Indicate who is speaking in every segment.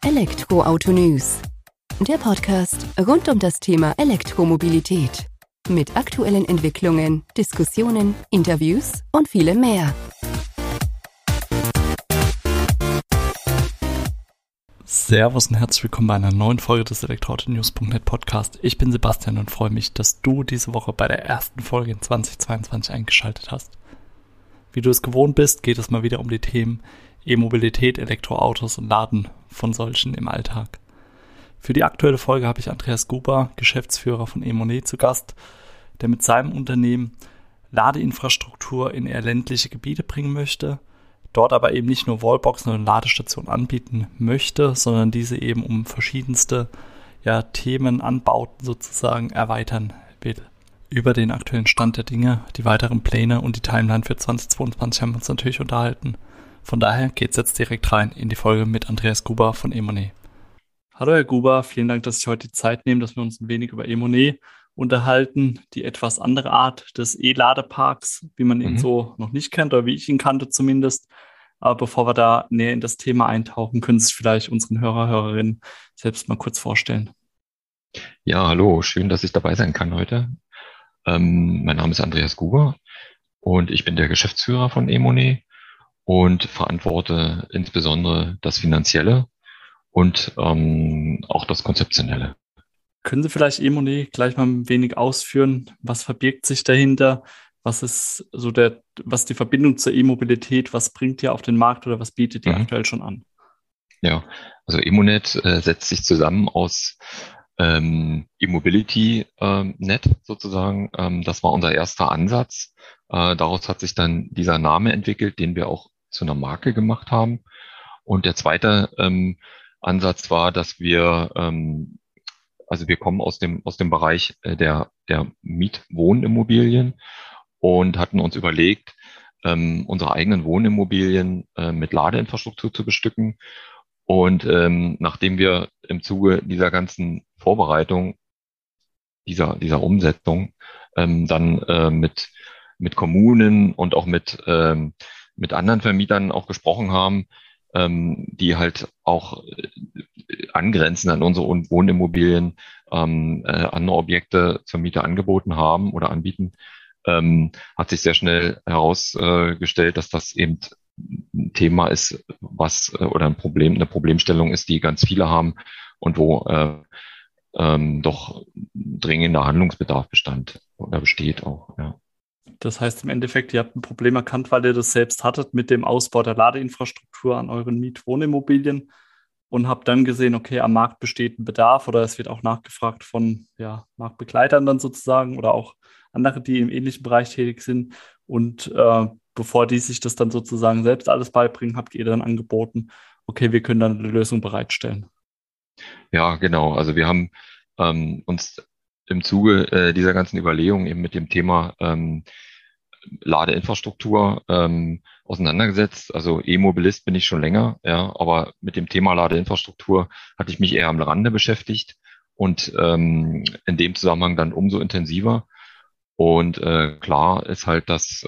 Speaker 1: Elektroauto News, der Podcast rund um das Thema Elektromobilität. Mit aktuellen Entwicklungen, Diskussionen, Interviews und vielem mehr.
Speaker 2: Servus und herzlich willkommen bei einer neuen Folge des Elektroauto-News.net Podcast. Ich bin Sebastian und freue mich, dass du diese Woche bei der ersten Folge in 2022 eingeschaltet hast. Wie du es gewohnt bist, geht es mal wieder um die Themen E-Mobilität, Elektroautos und Laden von solchen im Alltag. Für die aktuelle Folge habe ich Andreas Guber, Geschäftsführer von e-Monet, zu Gast, der mit seinem Unternehmen Ladeinfrastruktur in eher ländliche Gebiete bringen möchte, dort aber eben nicht nur Wallboxen und Ladestationen anbieten möchte, sondern diese eben um verschiedenste Themen, Anbauten sozusagen erweitern will. Über den aktuellen Stand der Dinge, die weiteren Pläne und die Timeline für 2022 haben wir uns natürlich unterhalten. Von daher geht's jetzt direkt rein in die Folge mit Andreas Guber von e-Monet. Hallo Herr Guber, vielen Dank, dass Sie heute die Zeit nehmen, dass wir uns ein wenig über e-Monet unterhalten, die etwas andere Art des E-Ladeparks, wie man ihn so noch nicht kennt oder wie ich ihn kannte zumindest. Aber bevor wir da näher in das Thema eintauchen, können Sie es vielleicht unseren Hörerinnen selbst mal kurz vorstellen.
Speaker 3: Ja, hallo, schön, dass ich dabei sein kann heute. Mein Name ist Andreas Guber und ich bin der Geschäftsführer von e-Monet und verantworte insbesondere das Finanzielle und auch das Konzeptionelle.
Speaker 2: Können Sie vielleicht e-Monet gleich mal ein wenig ausführen? Was verbirgt sich dahinter? Was ist so was die Verbindung zur E-Mobilität? Was bringt ihr auf den Markt oder was bietet ihr aktuell schon an?
Speaker 3: Ja, also e-Monet setzt sich zusammen aus E-Mobility Net sozusagen. Das war unser erster Ansatz. Daraus hat sich dann dieser Name entwickelt, den wir auch zu einer Marke gemacht haben. Und der zweite Ansatz war, dass wir kommen aus dem Bereich der Mietwohnimmobilien und hatten uns überlegt, unsere eigenen Wohnimmobilien mit Ladeinfrastruktur zu bestücken. Und nachdem wir im Zuge dieser ganzen Vorbereitung, dieser Umsetzung, dann mit Kommunen und auch mit anderen Vermietern auch gesprochen haben, die halt auch angrenzend an unsere Wohnimmobilien andere Objekte zur Miete angeboten haben oder anbieten, hat sich sehr schnell herausgestellt, dass das eben ein Thema ist, oder eine Problemstellung ist, die ganz viele haben und wo doch dringender Handlungsbedarf besteht auch, ja.
Speaker 2: Das heißt im Endeffekt, ihr habt ein Problem erkannt, weil ihr das selbst hattet mit dem Ausbau der Ladeinfrastruktur an euren Mietwohnimmobilien und habt dann gesehen, okay, am Markt besteht ein Bedarf oder es wird auch nachgefragt von Marktbegleitern dann sozusagen oder auch andere, die im ähnlichen Bereich tätig sind. Und bevor die sich das dann sozusagen selbst alles beibringen, habt ihr dann angeboten, okay, wir können dann eine Lösung bereitstellen.
Speaker 3: Ja, genau. Also wir haben uns im Zuge dieser ganzen Überlegungen eben mit dem Thema Ladeinfrastruktur auseinandergesetzt. Also E-Mobilist bin ich schon länger, ja, aber mit dem Thema Ladeinfrastruktur hatte ich mich eher am Rande beschäftigt und in dem Zusammenhang dann umso intensiver. Und klar ist halt, dass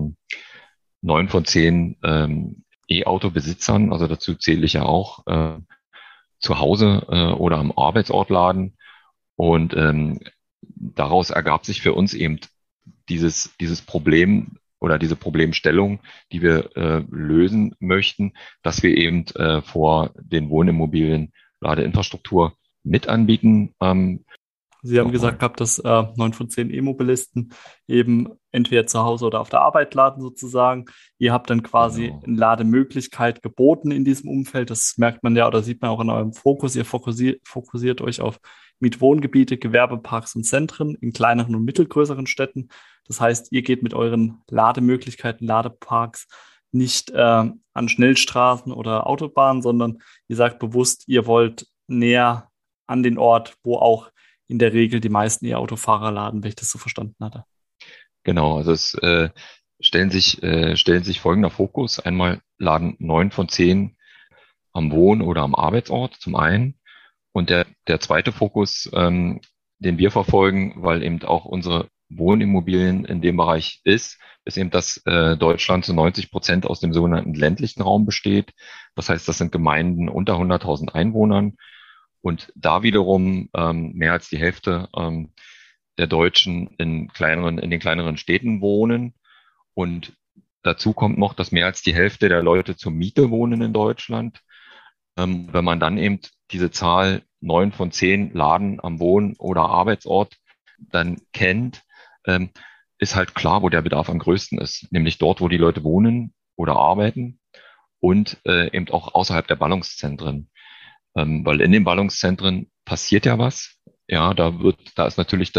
Speaker 3: 9 von 10 E-Auto-Besitzern, also dazu zähle ich ja auch, zu Hause oder am Arbeitsort laden. Und daraus ergab sich für uns eben dieses Problem oder diese Problemstellung, die wir lösen möchten, dass wir eben vor den Wohnimmobilien Ladeinfrastruktur mit anbieten.
Speaker 2: Sie haben gesagt gehabt, dass 9 von 10 E-Mobilisten eben entweder zu Hause oder auf der Arbeit laden sozusagen. Ihr habt dann quasi eine Lademöglichkeit geboten in diesem Umfeld. Das merkt man ja oder sieht man auch in eurem Fokus. Ihr fokussiert euch auf Mietwohngebiete, Gewerbeparks und Zentren in kleineren und mittelgrößeren Städten. Das heißt, ihr geht mit euren Lademöglichkeiten, Ladeparks nicht an Schnellstraßen oder Autobahnen, sondern ihr sagt bewusst, ihr wollt näher an den Ort, wo auch in der Regel die meisten E-Autofahrer laden, wenn ich das so verstanden hatte.
Speaker 3: Genau, also es stellen sich folgender Fokus. Einmal laden 9 von 10 am Wohn- oder am Arbeitsort zum einen. Und der zweite Fokus, den wir verfolgen, weil eben auch unsere Wohnimmobilien in dem Bereich ist eben, dass Deutschland zu 90% aus dem sogenannten ländlichen Raum besteht. Das heißt, das sind Gemeinden unter 100.000 Einwohnern. Und da wiederum mehr als die Hälfte der Deutschen in den kleineren Städten wohnen. Und dazu kommt noch, dass mehr als die Hälfte der Leute zur Miete wohnen in Deutschland. Wenn man dann eben diese Zahl 9 von 10 Laden am Wohn- oder Arbeitsort dann kennt, ist halt klar, wo der Bedarf am größten ist, nämlich dort, wo die Leute wohnen oder arbeiten und eben auch außerhalb der Ballungszentren. Weil in den Ballungszentren passiert ja was. Ja, da ist natürlich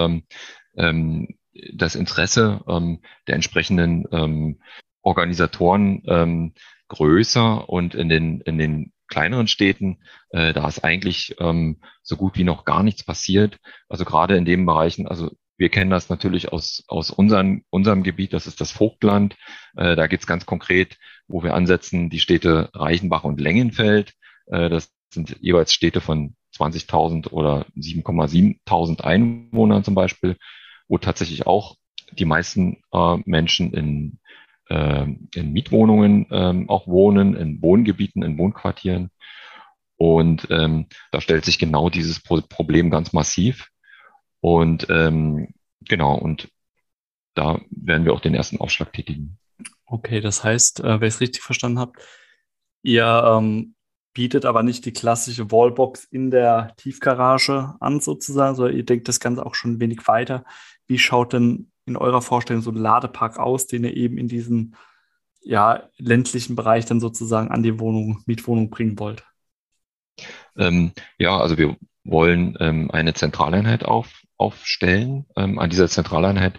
Speaker 3: das Interesse der entsprechenden Organisatoren größer, und in den kleineren Städten, da ist eigentlich so gut wie noch gar nichts passiert. Also gerade in den Bereichen, also wir kennen das natürlich aus unserem Gebiet, das ist das Vogtland. Da geht's ganz konkret, wo wir ansetzen, die Städte Reichenbach und Lengenfeld. Das sind jeweils Städte von 20.000 oder 7,7 Einwohnern zum Beispiel, wo tatsächlich auch die meisten Menschen in Mietwohnungen auch wohnen, in Wohngebieten, in Wohnquartieren. Und da stellt sich genau dieses Problem ganz massiv. Und genau, und da werden wir auch den ersten Aufschlag tätigen.
Speaker 2: Okay, das heißt, wenn ich es richtig verstanden habe, ihr bietet aber nicht die klassische Wallbox in der Tiefgarage an sozusagen, sondern ihr denkt das Ganze auch schon ein wenig weiter. Wie schaut denn in eurer Vorstellung so ein Ladepark aus, den ihr eben in diesen ländlichen Bereich dann sozusagen an die Mietwohnung bringen wollt?
Speaker 3: Ja, also wir wollen eine Zentraleinheit aufstellen. An dieser Zentraleinheit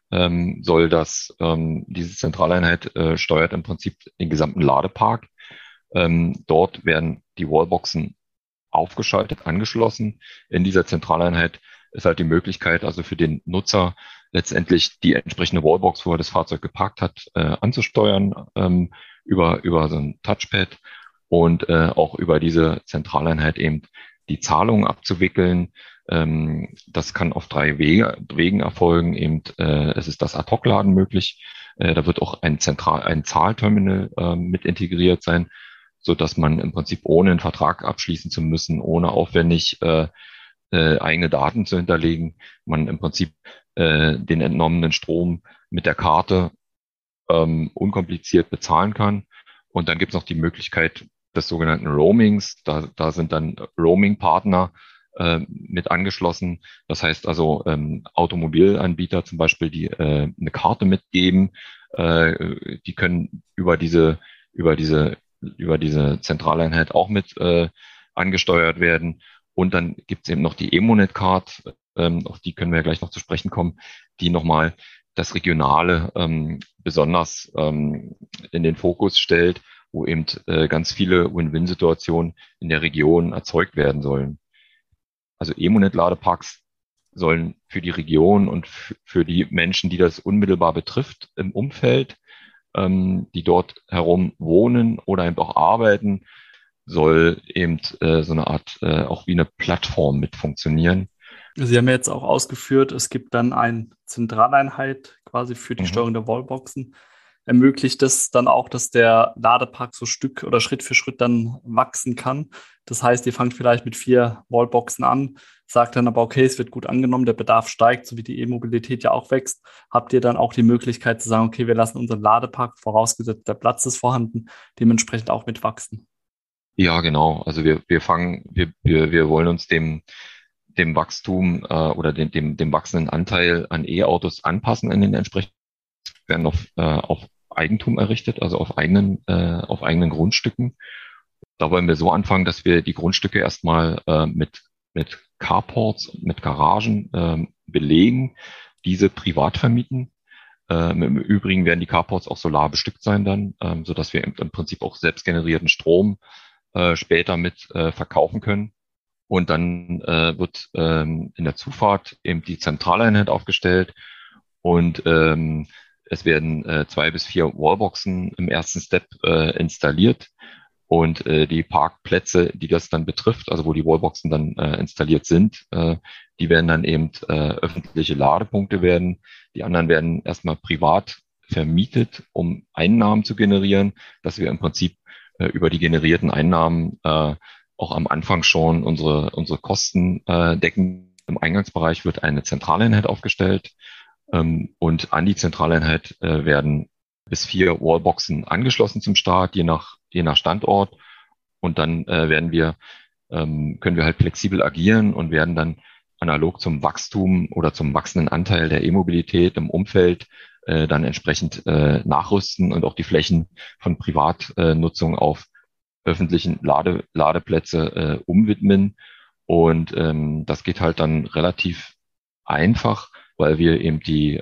Speaker 3: diese Zentraleinheit steuert im Prinzip den gesamten Ladepark. Dort werden die Wallboxen aufgeschaltet, angeschlossen. In dieser Zentraleinheit ist halt die Möglichkeit, also für den Nutzer letztendlich die entsprechende Wallbox, wo er das Fahrzeug geparkt hat, anzusteuern, über so ein Touchpad, und auch über diese Zentraleinheit eben die Zahlungen abzuwickeln. Das kann auf 3 Wegen erfolgen. Es ist das Ad-Hoc-Laden möglich. Da wird auch ein Zahlterminal mit integriert sein, so dass man im Prinzip ohne einen Vertrag abschließen zu müssen, ohne aufwendig eigene Daten zu hinterlegen, man im Prinzip den entnommenen Strom mit der Karte unkompliziert bezahlen kann. Und dann gibt es noch die Möglichkeit des sogenannten Roamings. Da sind dann Roaming-Partner mit angeschlossen. Das heißt also Automobilanbieter zum Beispiel, die eine Karte mitgeben, die können über diese Zentraleinheit auch mit angesteuert werden. Und dann gibt es eben noch die Emonet-Card, auf die können wir ja gleich noch zu sprechen kommen, die nochmal das Regionale besonders in den Fokus stellt, wo eben ganz viele Win-Win-Situationen in der Region erzeugt werden sollen. Also Emonet-Ladeparks sollen für die Region und für die Menschen, die das unmittelbar betrifft im Umfeld, die dort herum wohnen oder eben auch arbeiten, soll eben so eine Art auch wie eine Plattform mit funktionieren.
Speaker 2: Sie haben ja jetzt auch ausgeführt, es gibt dann eine Zentraleinheit quasi für die Steuerung der Wallboxen. Ermöglicht das dann auch, dass der Ladepark so Stück oder Schritt für Schritt dann wachsen kann? Das heißt, ihr fangt vielleicht mit 4 Wallboxen an, sagt dann aber, okay, es wird gut angenommen, der Bedarf steigt, so wie die E-Mobilität ja auch wächst. Habt ihr dann auch die Möglichkeit zu sagen, okay, wir lassen unseren Ladepark, vorausgesetzt der Platz ist vorhanden, dementsprechend auch mit wachsen?
Speaker 3: Ja, genau. Also wir wollen uns dem Wachstum oder dem wachsenden Anteil an E-Autos anpassen in den entsprechenden, werden auf Eigentum errichtet, also auf eigenen Grundstücken. Da wollen wir so anfangen, dass wir die Grundstücke erstmal mit Carports, mit Garagen belegen, diese privat vermieten. Im Übrigen werden die Carports auch solar bestückt sein dann, so dass wir im Prinzip auch selbstgenerierten Strom später mit verkaufen können. Und dann wird in der Zufahrt eben die Zentraleinheit aufgestellt, und es werden 2 bis 4 Wallboxen im ersten Step installiert. Und die Parkplätze, die das dann betrifft, also wo die Wallboxen dann installiert sind, die werden dann eben öffentliche Ladepunkte werden. Die anderen werden erstmal privat vermietet, um Einnahmen zu generieren, dass wir im Prinzip über die generierten Einnahmen auch am Anfang schon unsere Kosten decken. Im Eingangsbereich wird eine Zentraleinheit aufgestellt und an die Zentraleinheit werden bis 4 Wallboxen angeschlossen zum Start, je nach Standort. Und dann können wir halt flexibel agieren und werden dann analog zum Wachstum oder zum wachsenden Anteil der E-Mobilität im Umfeld dann entsprechend nachrüsten und auch die Flächen von Privatnutzung auf öffentlichen Ladeplätze umwidmen. Und das geht halt dann relativ einfach, weil wir eben die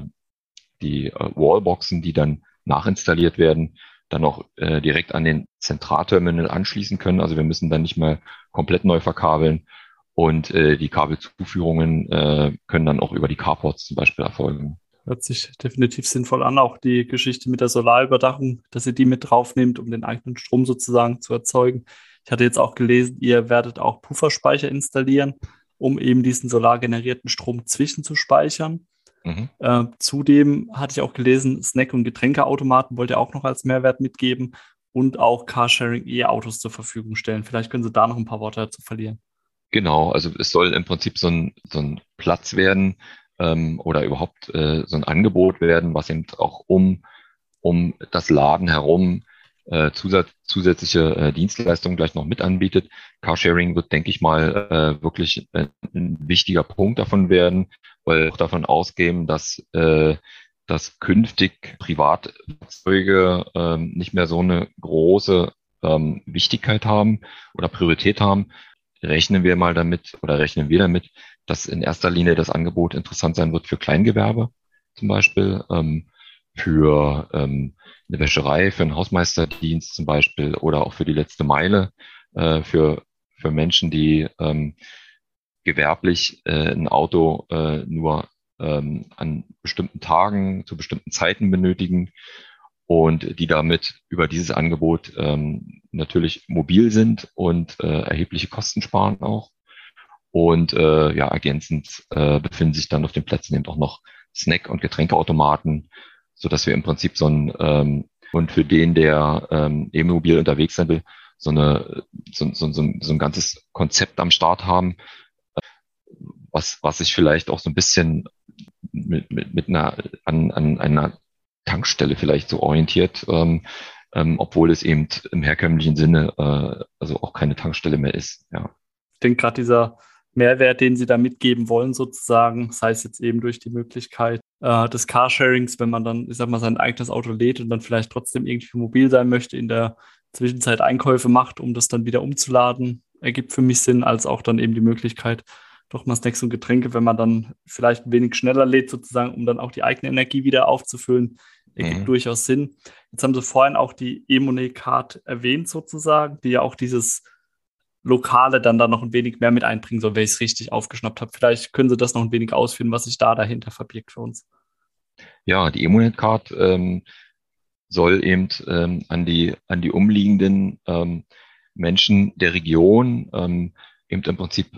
Speaker 3: Wallboxen, die dann nachinstalliert werden, dann auch direkt an den Zentralterminal anschließen können. Also wir müssen dann nicht mehr komplett neu verkabeln und die Kabelzuführungen können dann auch über die Carports zum Beispiel erfolgen.
Speaker 2: Hört sich definitiv sinnvoll an, auch die Geschichte mit der Solarüberdachung, dass ihr die mit draufnehmt, um den eigenen Strom sozusagen zu erzeugen. Ich hatte jetzt auch gelesen, ihr werdet auch Pufferspeicher installieren, um eben diesen solargenerierten Strom zwischenzuspeichern.
Speaker 3: Mhm.
Speaker 2: Zudem hatte ich auch gelesen, Snack- und Getränkeautomaten wollt ihr auch noch als Mehrwert mitgeben und auch Carsharing-E-Autos zur Verfügung stellen. Vielleicht können Sie da noch ein paar Worte dazu verlieren.
Speaker 3: Genau, also es soll im Prinzip so ein Platz werden oder überhaupt so ein Angebot werden, was eben auch um das Laden herum zusätzliche Dienstleistungen gleich noch mit anbietet. Carsharing wird, denke ich mal, wirklich ein wichtiger Punkt davon werden, weil wir auch davon ausgehen, dass künftig Privatfahrzeuge nicht mehr so eine große Wichtigkeit haben oder Priorität haben. Rechnen wir damit, dass in erster Linie das Angebot interessant sein wird für Kleingewerbe zum Beispiel, für eine Wäscherei, für einen Hausmeisterdienst zum Beispiel oder auch für die letzte Meile, für Menschen, die gewerblich ein Auto nur an bestimmten Tagen zu bestimmten Zeiten benötigen und die damit über dieses Angebot natürlich mobil sind und erhebliche Kosten sparen auch. Und ergänzend befinden sich dann auf den Plätzen eben auch noch Snack- und Getränkeautomaten, so dass wir im Prinzip und für den, der e-mobil unterwegs sein will, so ein ganzes Konzept am Start haben, was sich vielleicht auch so ein bisschen mit an einer Tankstelle vielleicht so orientiert, obwohl es eben im herkömmlichen Sinne also auch keine Tankstelle mehr ist. Ja.
Speaker 2: Ich denke gerade dieser Mehrwert, den Sie da mitgeben wollen sozusagen, sei es jetzt eben durch die Möglichkeit des Carsharings, wenn man dann, ich sag mal, sein eigenes Auto lädt und dann vielleicht trotzdem irgendwie mobil sein möchte, in der Zwischenzeit Einkäufe macht, um das dann wieder umzuladen, ergibt für mich Sinn, als auch dann eben die Möglichkeit, doch mal Snacks und Getränke, wenn man dann vielleicht ein wenig schneller lädt sozusagen, um dann auch die eigene Energie wieder aufzufüllen, ergibt durchaus Sinn. Jetzt haben Sie vorhin auch die e-Money-Card erwähnt sozusagen, die ja auch dieses Lokale dann da noch ein wenig mehr mit einbringen soll, wenn ich es richtig aufgeschnappt habe. Vielleicht können Sie das noch ein wenig ausführen, was sich da dahinter verbirgt für uns.
Speaker 3: Ja, die E-Money-Card soll eben an die umliegenden Menschen der Region eben im Prinzip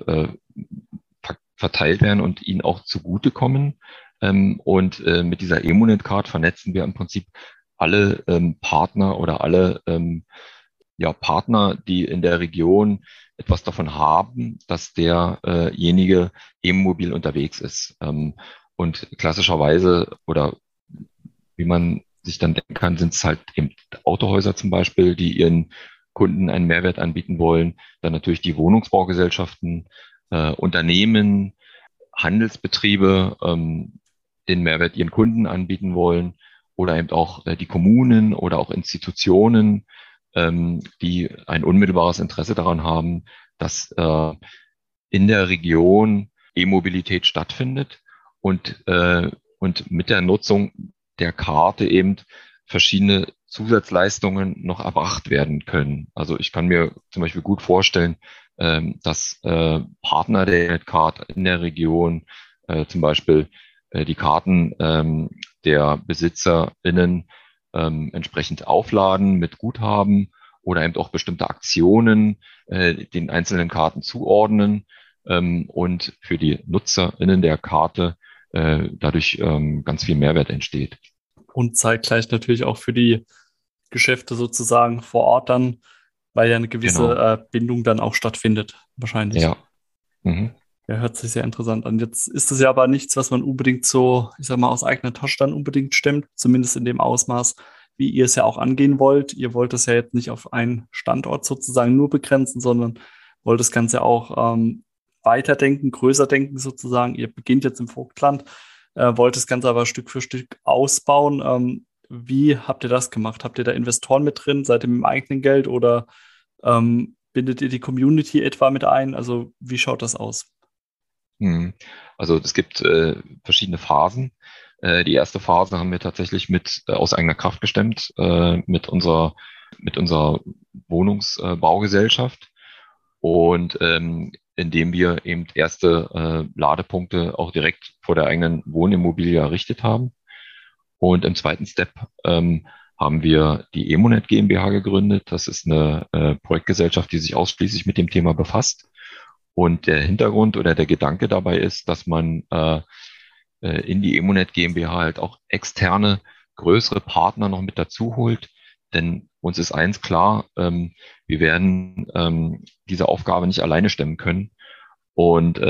Speaker 3: verteilt werden und ihnen auch zugutekommen. Und mit dieser E-Money-Card vernetzen wir im Prinzip alle Partner oder alle Partner, die in der Region etwas davon haben, dass derjenige e-mobil unterwegs ist. Und klassischerweise oder wie man sich dann denken kann, sind es halt eben Autohäuser zum Beispiel, die ihren Kunden einen Mehrwert anbieten wollen. Dann natürlich die Wohnungsbaugesellschaften, Unternehmen, Handelsbetriebe, den Mehrwert ihren Kunden anbieten wollen oder eben auch die Kommunen oder auch Institutionen, die ein unmittelbares Interesse daran haben, dass in der Region E-Mobilität stattfindet und mit der Nutzung der Karte eben verschiedene Zusatzleistungen noch erbracht werden können. Also ich kann mir zum Beispiel gut vorstellen, dass Partner der Card in der Region zum Beispiel die Karten der BesitzerInnen entsprechend aufladen mit Guthaben oder eben auch bestimmte Aktionen den einzelnen Karten zuordnen und für die NutzerInnen der Karte dadurch ganz viel Mehrwert entsteht.
Speaker 2: Und zeitgleich natürlich auch für die Geschäfte sozusagen vor Ort dann, weil ja eine gewisse
Speaker 3: Genau,
Speaker 2: Bindung dann auch stattfindet, wahrscheinlich.
Speaker 3: ja. Mhm.
Speaker 2: Ja, hört sich sehr interessant an. Jetzt ist es ja aber nichts, was man unbedingt so, ich sag mal, aus eigener Tasche dann unbedingt stemmt, zumindest in dem Ausmaß, wie ihr es ja auch angehen wollt. Ihr wollt es ja jetzt nicht auf einen Standort sozusagen nur begrenzen, sondern wollt das Ganze auch weiterdenken, größer denken sozusagen. Ihr beginnt jetzt im Vogtland, wollt das Ganze aber Stück für Stück ausbauen. Wie habt ihr das gemacht? Habt ihr da Investoren mit drin? Seid ihr mit dem eigenen Geld oder bindet ihr die Community etwa mit ein? Also wie schaut das aus?
Speaker 3: Mhm. Also es gibt verschiedene Phasen. Die erste Phase haben wir tatsächlich mit aus eigener Kraft gestemmt mit unserer Wohnungsbaugesellschaft und indem wir eben erste Ladepunkte auch direkt vor der eigenen Wohnimmobilie errichtet haben. Und im zweiten Step haben wir die Emonet GmbH gegründet. Das ist eine Projektgesellschaft, die sich ausschließlich mit dem Thema befasst. Und der Hintergrund oder der Gedanke dabei ist, dass man in die Emonet GmbH halt auch externe, größere Partner noch mit dazu holt. Denn uns ist eins klar, wir werden diese Aufgabe nicht alleine stemmen können. Und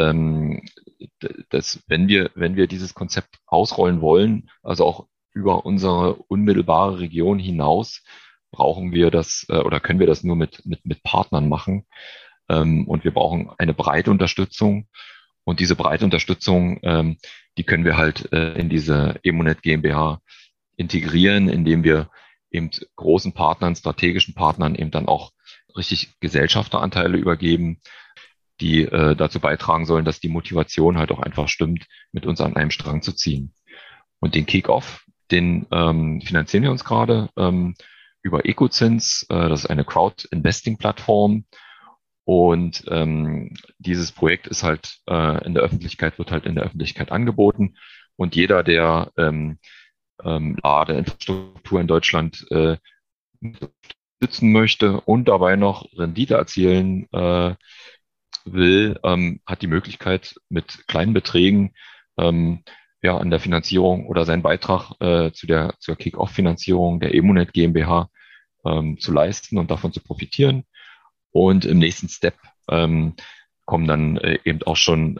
Speaker 3: wenn wir dieses Konzept ausrollen wollen, also auch über unsere unmittelbare Region hinaus, brauchen wir das oder können wir das nur mit Partnern machen. Und wir brauchen eine breite Unterstützung. Und diese breite Unterstützung, die können wir halt in diese Emonet GmbH integrieren, indem wir eben großen Partnern, strategischen Partnern eben dann auch richtig Gesellschafteranteile übergeben, die dazu beitragen sollen, dass die Motivation halt auch einfach stimmt, mit uns an einem Strang zu ziehen. Und den Kick-Off, den finanzieren wir uns gerade über Ecozins. Das ist eine Crowd-Investing-Plattform. Und dieses Projekt ist halt wird halt in der Öffentlichkeit angeboten. Und jeder, der Ladeinfrastruktur in Deutschland unterstützen möchte und dabei noch Rendite erzielen will, hat die Möglichkeit, mit kleinen Beträgen ja, an der Finanzierung oder seinen Beitrag zur Kick-Off-Finanzierung der Emonet GmbH zu leisten und davon zu profitieren. Und im nächsten Step kommen dann eben auch schon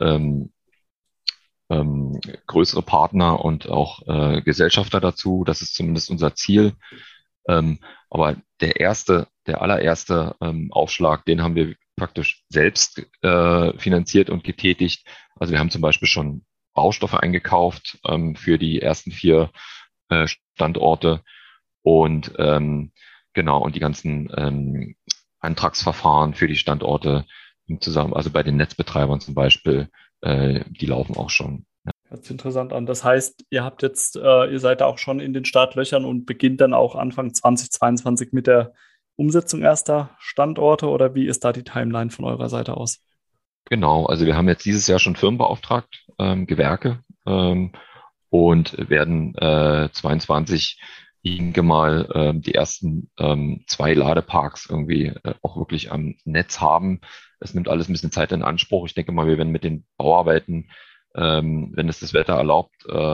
Speaker 3: größere Partner und auch Gesellschafter dazu. Das ist zumindest unser Ziel. Aber der allererste Aufschlag, den haben wir praktisch selbst finanziert und getätigt. Also wir haben zum Beispiel schon Baustoffe eingekauft für die ersten 4 Standorte und genau und die ganzen Antragsverfahren für die Standorte zusammen, also bei den Netzbetreibern zum Beispiel, die laufen auch schon.
Speaker 2: Hört sich interessant an. Das heißt, ihr seid da auch schon in den Startlöchern und beginnt dann auch Anfang 2022 mit der Umsetzung erster Standorte oder wie ist da die Timeline von eurer Seite aus?
Speaker 3: Genau, also wir haben jetzt dieses Jahr schon Firmen beauftragt, Gewerke, und werden 22 mal die ersten 2 Ladeparks irgendwie auch wirklich am Netz haben. Es nimmt alles ein bisschen Zeit in Anspruch. Ich denke mal, wir werden mit den Bauarbeiten, wenn es das Wetter erlaubt,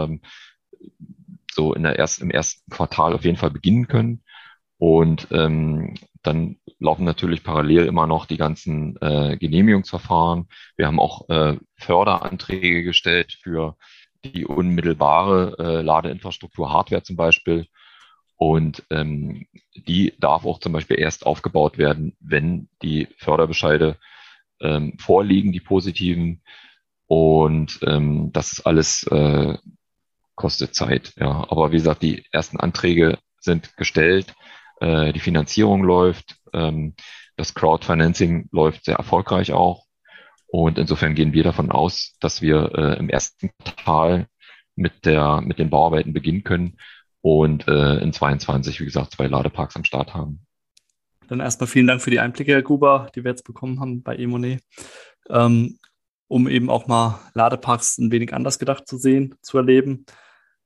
Speaker 3: so im ersten Quartal auf jeden Fall beginnen können. Und dann laufen natürlich parallel immer noch die ganzen Genehmigungsverfahren. Wir haben auch Förderanträge gestellt für die unmittelbare Ladeinfrastruktur, Hardware zum Beispiel. Und die darf auch zum Beispiel erst aufgebaut werden, wenn die Förderbescheide vorliegen, die positiven. Und das ist alles kostet Zeit. Ja, aber wie gesagt, die ersten Anträge sind gestellt, die Finanzierung läuft, das Crowdfinancing läuft sehr erfolgreich auch. Und insofern gehen wir davon aus, dass wir im ersten Quartal mit den Bauarbeiten beginnen können und in 22, wie gesagt, 2 Ladeparks am Start haben.
Speaker 2: Dann erstmal vielen Dank für die Einblicke, Herr Gruber, die wir jetzt bekommen haben bei Emonet, um eben auch mal Ladeparks ein wenig anders gedacht zu sehen, zu erleben.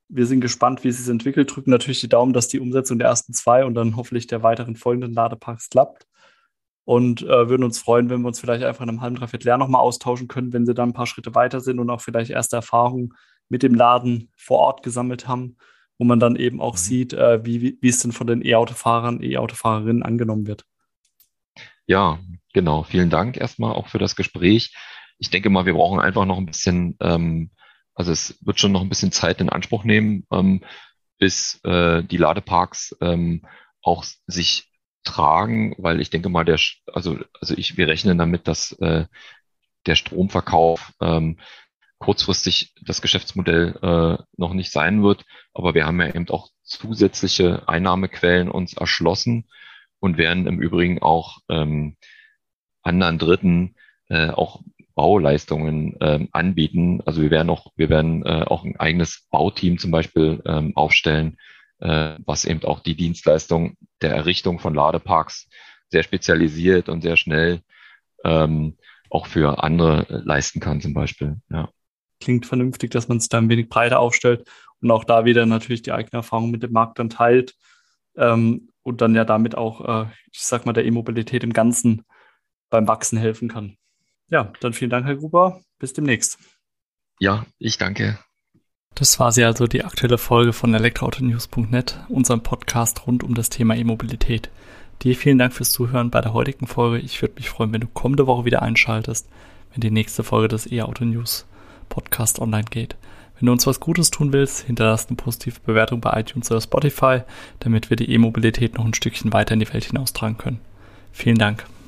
Speaker 2: Wir sind gespannt, wie es sich entwickelt, drücken natürlich die Daumen, dass die Umsetzung der ersten 2 und dann hoffentlich der weiteren folgenden Ladeparks klappt. Und würden uns freuen, wenn wir uns vielleicht einfach in einem halben, dreiviertel Jahr nochmal austauschen können, wenn sie dann ein paar Schritte weiter sind und auch vielleicht erste Erfahrungen mit dem Laden vor Ort gesammelt haben, wo man dann eben auch sieht, wie es denn von den E-Autofahrern, E-Autofahrerinnen angenommen wird.
Speaker 3: Ja, genau. Vielen Dank erstmal auch für das Gespräch. Ich denke mal, wir brauchen einfach noch ein bisschen, also es wird schon noch ein bisschen Zeit in Anspruch nehmen, bis die Ladeparks auch sich tragen, weil ich denke mal, wir rechnen damit, dass der Stromverkauf kurzfristig das Geschäftsmodell noch nicht sein wird. Aber wir haben ja eben auch zusätzliche Einnahmequellen uns erschlossen und werden im Übrigen auch anderen Dritten auch Bauleistungen anbieten. Also wir werden auch ein eigenes Bauteam zum Beispiel aufstellen, was eben auch die Dienstleistung der Errichtung von Ladeparks sehr spezialisiert und sehr schnell auch für andere leisten kann zum Beispiel. Ja.
Speaker 2: Klingt vernünftig, dass man es da ein wenig breiter aufstellt und auch da wieder natürlich die eigene Erfahrung mit dem Markt dann teilt und dann ja damit auch, ich sag mal, der E-Mobilität im Ganzen beim Wachsen helfen kann. Ja, dann vielen Dank, Herr Gruber. Bis demnächst.
Speaker 3: Ja, ich danke.
Speaker 2: Das war sie also, die aktuelle Folge von elektroautonews.net, unserem Podcast rund um das Thema E-Mobilität. Dir vielen Dank fürs Zuhören bei der heutigen Folge. Ich würde mich freuen, wenn du kommende Woche wieder einschaltest, wenn die nächste Folge des E-Auto-News Podcast online geht. Wenn du uns was Gutes tun willst, hinterlass eine positive Bewertung bei iTunes oder Spotify, damit wir die E-Mobilität noch ein Stückchen weiter in die Welt hinaustragen können. Vielen Dank.